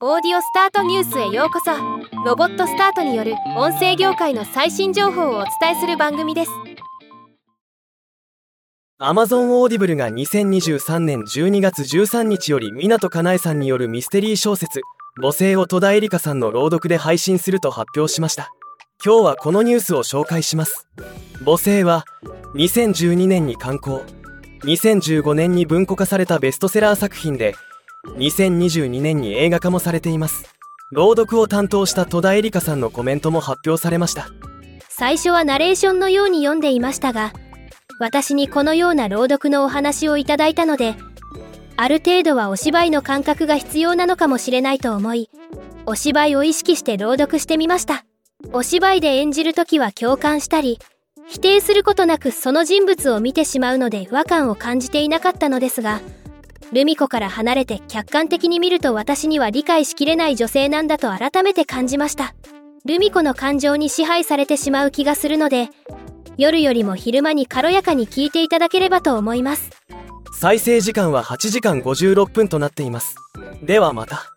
オーディオスタートニュースへようこそ。ロボットスタートによる音声業界の最新情報をお伝えする番組です。 Amazon Audible が2023年12月13日より湊かなえさんによるミステリー小説母性を戸田恵梨香さんの朗読で配信すると発表しました。今日はこのニュースを紹介します。母性は2012年に刊行、2015年に文庫化されたベストセラー作品で2022年に映画化もされています。朗読を担当した戸田恵梨香さんのコメントも発表されました。 最初はナレーションのように読んでいましたが、私にこのような朗読のお話をいただいたので、ある程度はお芝居の感覚が必要なのかもしれないと思い、お芝居を意識して朗読してみました。お芝居で演じるときは共感したり、否定することなくその人物を見てしまうので違和感を感じていなかったのですが、ルミ子から離れて客観的に見ると私には理解しきれない女性なんだと改めて感じました。ルミ子の感情に支配されてしまう気がするので、夜よりも昼間に軽やかに聞いていただければと思います。 再生時間は8時間56分となっています。ではまた。